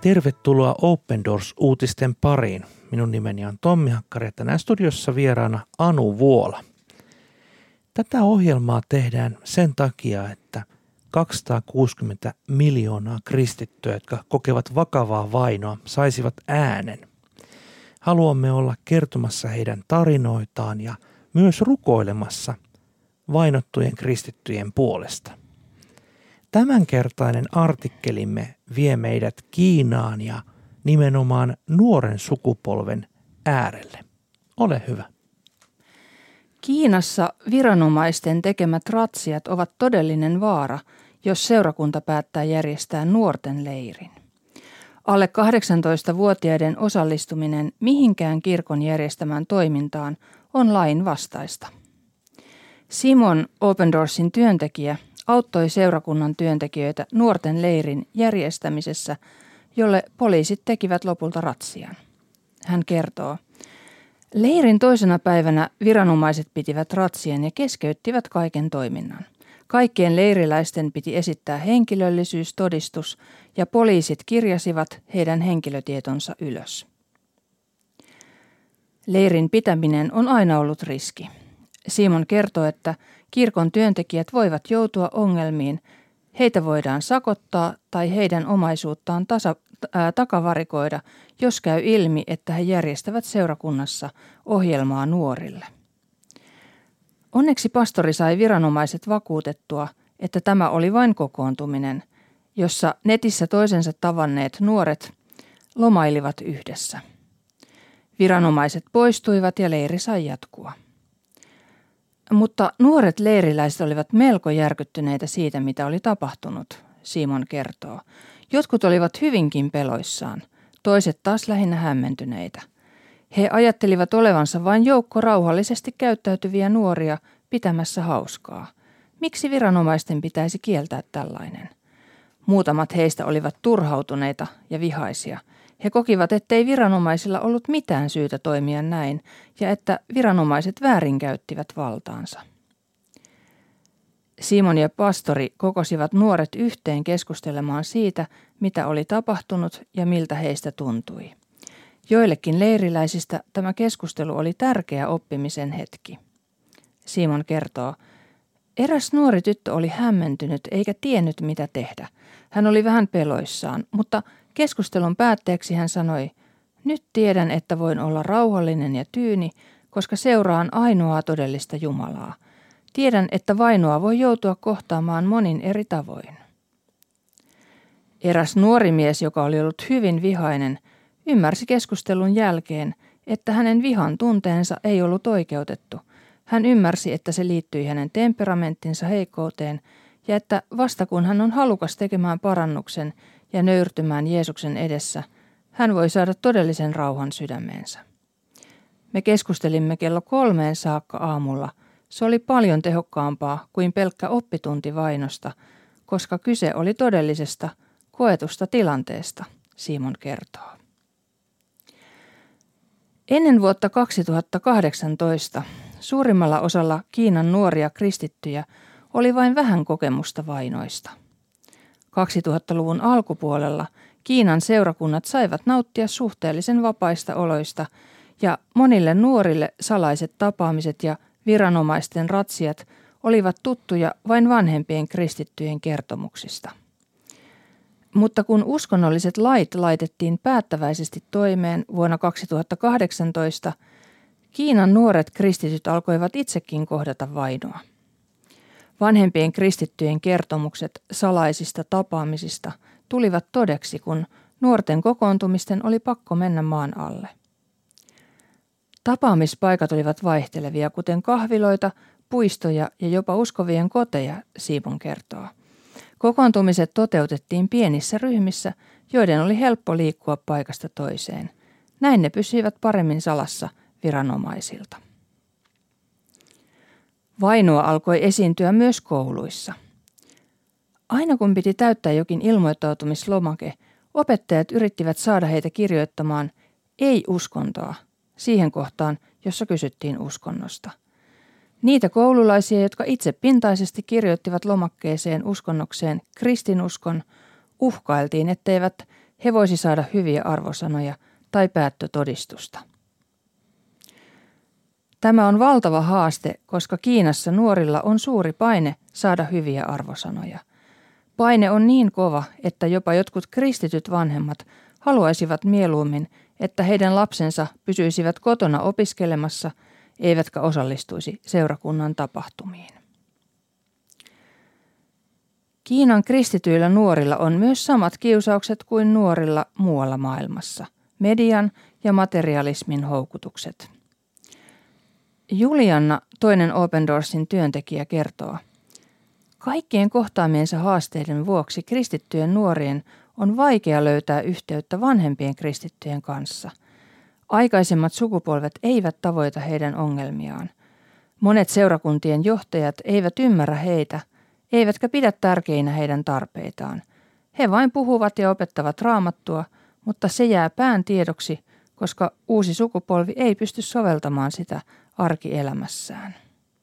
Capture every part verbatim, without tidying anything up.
Tervetuloa Open Doors-uutisten pariin. Minun nimeni on Tommi Hakkari ja tänään studiossa vieraana Anu Vuola. Tätä ohjelmaa tehdään sen takia, että kaksisataakuusikymmentä miljoonaa kristittyä, jotka kokevat vakavaa vainoa, saisivat äänen. Haluamme olla kertomassa heidän tarinoitaan ja myös rukoilemassa vainottujen kristittyjen puolesta. Tämänkertainen artikkelimme vie meidät Kiinaan ja nimenomaan nuoren sukupolven äärelle. Ole hyvä. Kiinassa viranomaisten tekemät ratsiat ovat todellinen vaara, jos seurakunta päättää järjestää nuorten leirin. Alle kahdeksantoistavuotiaiden osallistuminen mihinkään kirkon järjestämään toimintaan on lain vastaista. Simon, Open Doorsin työntekijä, auttoi seurakunnan työntekijöitä nuorten leirin järjestämisessä, jolle poliisit tekivät lopulta ratsian. Hän kertoo, leirin toisena päivänä viranomaiset pitivät ratsien ja keskeyttivät kaiken toiminnan. Kaikkien leiriläisten piti esittää henkilöllisyystodistus ja poliisit kirjasivat heidän henkilötietonsa ylös. Leirin pitäminen on aina ollut riski. Simon kertoo, että kirkon työntekijät voivat joutua ongelmiin, heitä voidaan sakottaa tai heidän omaisuuttaan tasa, ää, takavarikoida, jos käy ilmi, että he järjestävät seurakunnassa ohjelmaa nuorille. Onneksi pastori sai viranomaiset vakuutettua, että tämä oli vain kokoontuminen, jossa netissä toisensa tavanneet nuoret lomailivat yhdessä. Viranomaiset poistuivat ja leiri sai jatkua. Mutta nuoret leiriläiset olivat melko järkyttyneitä siitä, mitä oli tapahtunut, Simon kertoo. Jotkut olivat hyvinkin peloissaan, toiset taas lähinnä hämmentyneitä. He ajattelivat olevansa vain joukko rauhallisesti käyttäytyviä nuoria pitämässä hauskaa. Miksi viranomaisten pitäisi kieltää tällainen? Muutamat heistä olivat turhautuneita ja vihaisia. He kokivat, ettei viranomaisilla ollut mitään syytä toimia näin ja että viranomaiset väärinkäyttivät valtaansa. Simon ja pastori kokosivat nuoret yhteen keskustelemaan siitä, mitä oli tapahtunut ja miltä heistä tuntui. Joillekin leiriläisistä tämä keskustelu oli tärkeä oppimisen hetki. Simon kertoo, eräs nuori tyttö oli hämmentynyt eikä tiennyt mitä tehdä. Hän oli vähän peloissaan, mutta keskustelun päätteeksi hän sanoi, nyt tiedän, että voin olla rauhallinen ja tyyni, koska seuraan ainoaa todellista Jumalaa. Tiedän, että vainoa voi joutua kohtaamaan monin eri tavoin. Eräs nuori mies, joka oli ollut hyvin vihainen, ymmärsi keskustelun jälkeen, että hänen vihan tunteensa ei ollut oikeutettu. Hän ymmärsi, että se liittyi hänen temperamenttinsa heikkouteen ja että vasta kun hän on halukas tekemään parannuksen ja nöyrtymään Jeesuksen edessä, hän voi saada todellisen rauhan sydämeensä. Me keskustelimme kello kolmeen saakka aamulla. Se oli paljon tehokkaampaa kuin pelkkä oppitunti vainosta, koska kyse oli todellisesta, koetusta tilanteesta, Simon kertoo. Ennen vuotta kaksituhattakahdeksantoista suurimmalla osalla Kiinan nuoria kristittyjä oli vain vähän kokemusta vainoista. kaksituhattaluvun alkupuolella Kiinan seurakunnat saivat nauttia suhteellisen vapaista oloista ja monille nuorille salaiset tapaamiset ja viranomaisten ratsiat olivat tuttuja vain vanhempien kristittyjen kertomuksista. Mutta kun uskonnolliset lait laitettiin päättäväisesti toimeen vuonna kaksituhattakahdeksantoista, Kiinan nuoret kristityt alkoivat itsekin kohdata vainoa. Vanhempien kristittyjen kertomukset salaisista tapaamisista tulivat todeksi, kun nuorten kokoontumisten oli pakko mennä maan alle. Tapaamispaikat olivat vaihtelevia, kuten kahviloita, puistoja ja jopa uskovien koteja, Simon kertoo. Kokoontumiset toteutettiin pienissä ryhmissä, joiden oli helppo liikkua paikasta toiseen. Näin ne pysyivät paremmin salassa viranomaisilta. Vainoa alkoi esiintyä myös kouluissa. Aina kun piti täyttää jokin ilmoittautumislomake, opettajat yrittivät saada heitä kirjoittamaan ei-uskontoa siihen kohtaan, jossa kysyttiin uskonnosta. Niitä koululaisia, jotka itse pintaisesti kirjoittivat lomakkeeseen uskonnokseen kristinuskon, uhkailtiin, etteivät He voisi saada hyviä arvosanoja tai päättötodistusta. Tämä on valtava haaste, koska Kiinassa nuorilla on suuri paine saada hyviä arvosanoja. Paine on niin kova, että jopa jotkut kristityt vanhemmat haluaisivat mieluummin, että heidän lapsensa pysyisivät kotona opiskelemassa, eivätkä osallistuisi seurakunnan tapahtumiin. Kiinan kristityillä nuorilla on myös samat kiusaukset kuin nuorilla muualla maailmassa, median ja materialismin houkutukset. Julianna, toinen Open Doorsin työntekijä, kertoo: kaikkien kohtaamiensa haasteiden vuoksi kristittyjen nuorien on vaikea löytää yhteyttä vanhempien kristittyjen kanssa. Aikaisemmat sukupolvet eivät tavoita heidän ongelmiaan. Monet seurakuntien johtajat eivät ymmärrä heitä, eivätkä pidä tärkeinä heidän tarpeitaan. He vain puhuvat ja opettavat raamattua, mutta se jää pään tiedoksi, koska uusi sukupolvi ei pysty soveltamaan sitä arkielämässään.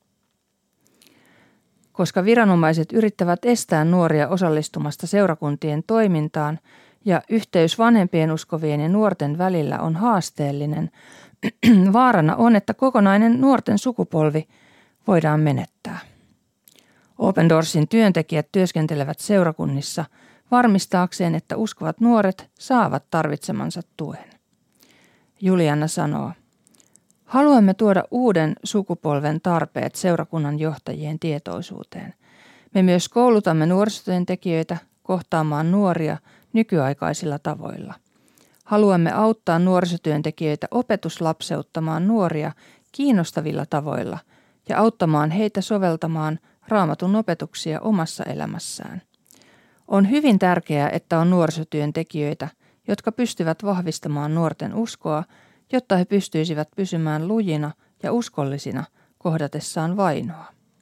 Koska viranomaiset yrittävät estää nuoria osallistumasta seurakuntien toimintaan ja yhteys vanhempien uskovien ja nuorten välillä on haasteellinen, vaarana on, että kokonainen nuorten sukupolvi voidaan menettää. Open Doorsin työntekijät työskentelevät seurakunnissa varmistaakseen, että uskovat nuoret saavat tarvitsemansa tuen. Julianna sanoo: haluamme tuoda uuden sukupolven tarpeet seurakunnan johtajien tietoisuuteen. Me myös koulutamme nuorisotyöntekijöitä kohtaamaan nuoria nykyaikaisilla tavoilla. Haluamme auttaa nuorisotyöntekijöitä opetuslapseuttamaan nuoria kiinnostavilla tavoilla ja auttamaan heitä soveltamaan Raamatun opetuksia omassa elämässään. On hyvin tärkeää, että on nuorisotyöntekijöitä, jotka pystyvät vahvistamaan nuorten uskoa, jotta he pystyisivät pysymään lujina ja uskollisina kohdatessaan vainoa.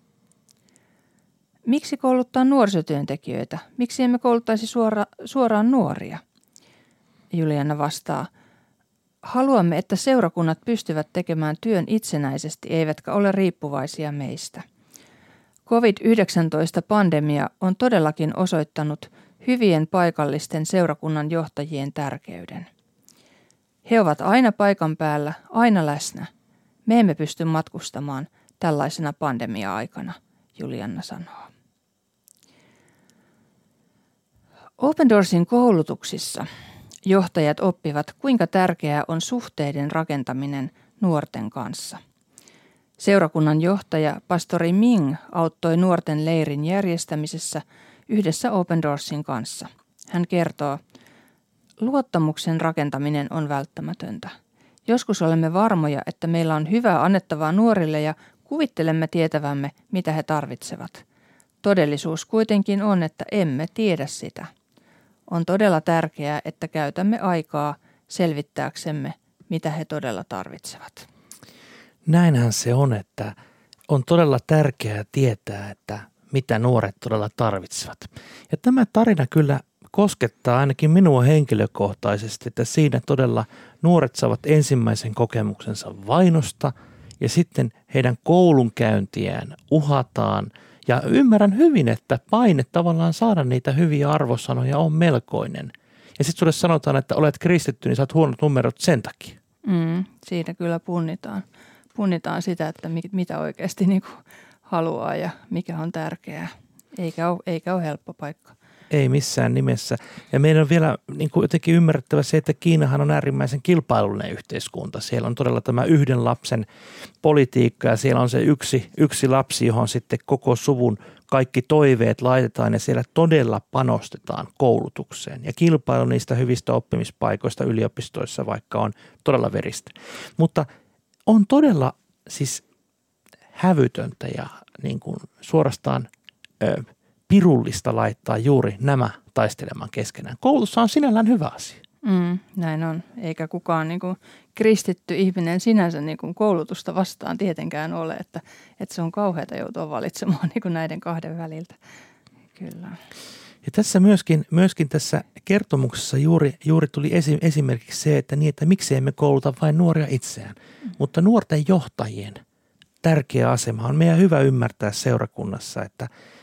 Miksi kouluttaa nuorisotyöntekijöitä? Miksi emme kouluttaisi suora, suoraan nuoria? Julianna vastaa: haluamme, että seurakunnat pystyvät tekemään työn itsenäisesti, eivätkä ole riippuvaisia meistä. covid yhdeksäntoista-pandemia on todellakin osoittanut hyvien paikallisten seurakunnan johtajien tärkeyden. He ovat aina paikan päällä, aina läsnä. Me emme pysty matkustamaan tällaisena pandemia-aikana, Julianna sanoo. Open Doorsin koulutuksissa johtajat oppivat, kuinka tärkeää on suhteiden rakentaminen nuorten kanssa. Seurakunnan johtaja pastori Ming auttoi nuorten leirin järjestämisessä yhdessä Open Doorsin kanssa. Hän kertoo: luottamuksen rakentaminen on välttämätöntä. Joskus olemme varmoja, että meillä on hyvää annettavaa nuorille ja kuvittelemme tietävämme, mitä he tarvitsevat. Todellisuus kuitenkin on, että emme tiedä sitä. On todella tärkeää, että käytämme aikaa selvittääksemme, mitä he todella tarvitsevat. Näinhän se on, että on todella tärkeää tietää, että mitä nuoret todella tarvitsevat. Ja tämä tarina kyllä koskettaa ainakin minua henkilökohtaisesti, että siinä todella nuoret saavat ensimmäisen kokemuksensa vainosta ja sitten heidän koulunkäyntiään uhataan. Ja ymmärrän hyvin, että paine tavallaan saada niitä hyviä arvosanoja on melkoinen. Ja sitten sulle sanotaan, että olet kristitty, niin saat huonot numerot sen takia. Mm, siitä kyllä punnitaan. Punnitaan sitä, että mitä oikeasti niin kuin haluaa ja mikä on tärkeää. Eikä ole, eikä ole helppo paikka. Ei missään nimessä. Ja meidän on vielä niin kuin jotenkin ymmärrettävä se, että Kiinahan on äärimmäisen kilpailullinen yhteiskunta. Siellä on todella tämä yhden lapsen politiikka ja siellä on se yksi, yksi lapsi, johon sitten koko suvun kaikki toiveet laitetaan ja siellä todella panostetaan koulutukseen. Ja kilpailu niistä hyvistä oppimispaikoista yliopistoissa vaikka on todella veristä. Mutta on todella siis hävytöntä ja niin kuin suorastaan ö, pirullista laittaa juuri nämä taistelemaan keskenään. Koulutus on sinällään hyvä asia. Mm, näin on. Eikä kukaan niin kuin kristitty ihminen sinänsä niin kuin koulutusta vastaan tietenkään ole, että, että se on kauheata joutua valitsemaan niin kuin näiden kahden väliltä. Kyllä. Ja tässä myöskin, myöskin tässä kertomuksessa juuri, juuri tuli esi, esimerkiksi se, että, niin, että miksi emme kouluta vain nuoria itseään, mm. mutta nuorten johtajien tärkeä asema on meidän hyvä ymmärtää seurakunnassa, että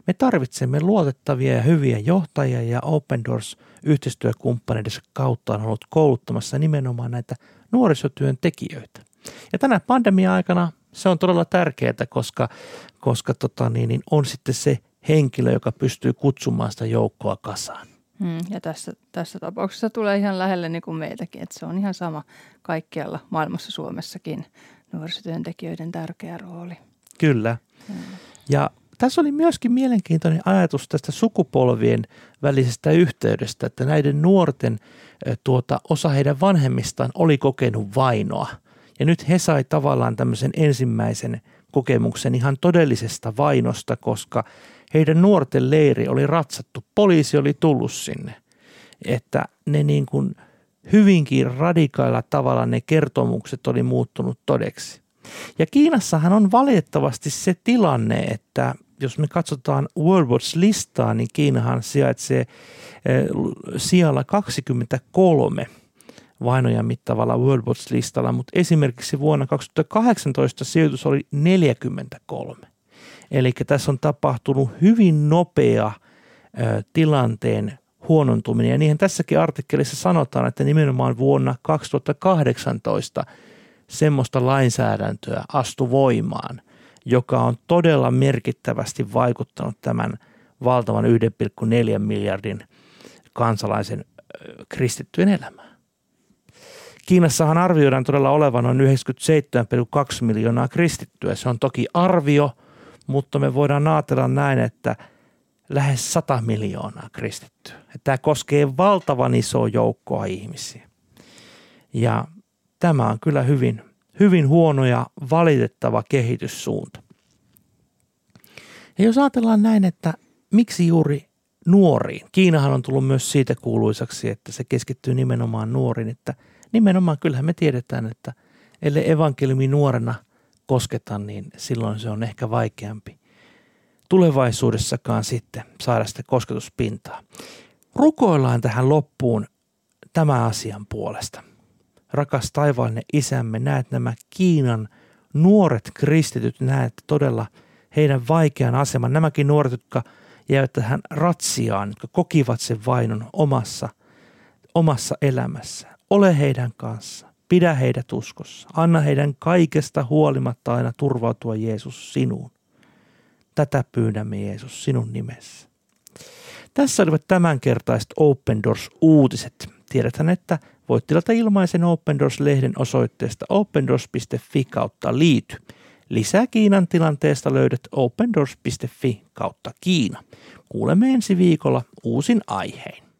Me tarvitsemme luotettavia ja hyviä johtajia ja Open Doors yhteistyökumppaneiden kautta on ollut kouluttamassa nimenomaan näitä nuorisotyön tekijöitä. Ja tänä pandemia-aikana se on todella tärkeää, koska, koska tota niin, niin on sitten se henkilö, joka pystyy kutsumaan sitä joukkoa kasaan. Hmm, ja tässä, tässä tapauksessa tulee ihan lähelle niin kuin meitäkin, että se on ihan sama kaikkialla maailmassa, Suomessakin nuorisotyöntekijöiden tärkeä rooli. Kyllä. Hmm. Ja tässä oli myöskin mielenkiintoinen ajatus tästä sukupolvien välisestä yhteydestä, että näiden nuorten tuota, osa heidän vanhemmistaan oli kokenut vainoa. Ja nyt he sai tavallaan tämmöisen ensimmäisen kokemuksen ihan todellisesta vainosta, koska heidän nuorten leiri oli ratsattu, poliisi oli tullut sinne. Että ne niin kuin hyvinkin radikailla tavalla ne kertomukset oli muuttunut todeksi. Ja Kiinassahan on valitettavasti se tilanne, että jos me katsotaan World Watch-listaa, niin Kiinahan sijaitsee sijalla kaksikymmentäkolme vainoja mittavalla World Watch-listalla, mutta esimerkiksi vuonna kaksituhattakahdeksantoista sijoitus oli neljäkymmentäkolme. Eli tässä on tapahtunut hyvin nopea ö, tilanteen huonontuminen. Ja niinhän tässäkin artikkelissa sanotaan, että nimenomaan vuonna kaksituhattakahdeksantoista semmoista lainsäädäntöä astui voimaan, joka on todella merkittävästi vaikuttanut tämän valtavan yksi pilkku neljä miljardin kansalaisen ö, kristittyjen elämään. Kiinassahan arvioidaan todella olevan noin yhdeksänkymmentäseitsemän pilkku kaksi miljoonaa kristittyä. Se on toki arvio, mutta me voidaan ajatella näin, että lähes sata miljoonaa kristittyä. Tämä koskee valtavan isoa joukkoa ihmisiä. Ja tämä on kyllä hyvin, hyvin huono ja valitettava kehityssuunta. Ja jos ajatellaan näin, että miksi juuri nuoriin? Kiinahan on tullut myös siitä kuuluisaksi, että se keskittyy nimenomaan nuoriin, että nimenomaan kyllähän me tiedetään, että ellei evankeliumi nuorena kosketa, niin silloin se on ehkä vaikeampi tulevaisuudessakaan sitten saada sitä kosketuspintaa. Rukoillaan tähän loppuun tämän asian puolesta. Rakas taivaallinen Isämme, näet nämä Kiinan nuoret kristityt, näet todella heidän vaikean aseman. Nämäkin nuoret, jotka jäivät tähän ratsiaan, jotka kokivat sen vainon omassa, omassa elämässä. Ole heidän kanssa. Pidä heidät uskossa. Anna heidän kaikesta huolimatta aina turvautua Jeesus sinuun. Tätä pyydämme Jeesus sinun nimessä. Tässä olivat tämänkertaiset Open Doors-uutiset. Tiedäthän, että voit tilata ilmaisen Open Doors-lehden osoitteesta opendoors piste fi kautta liity. Lisää Kiinan tilanteesta löydät opendoors piste fi kautta Kiina. Kuulemme ensi viikolla uusin aihein.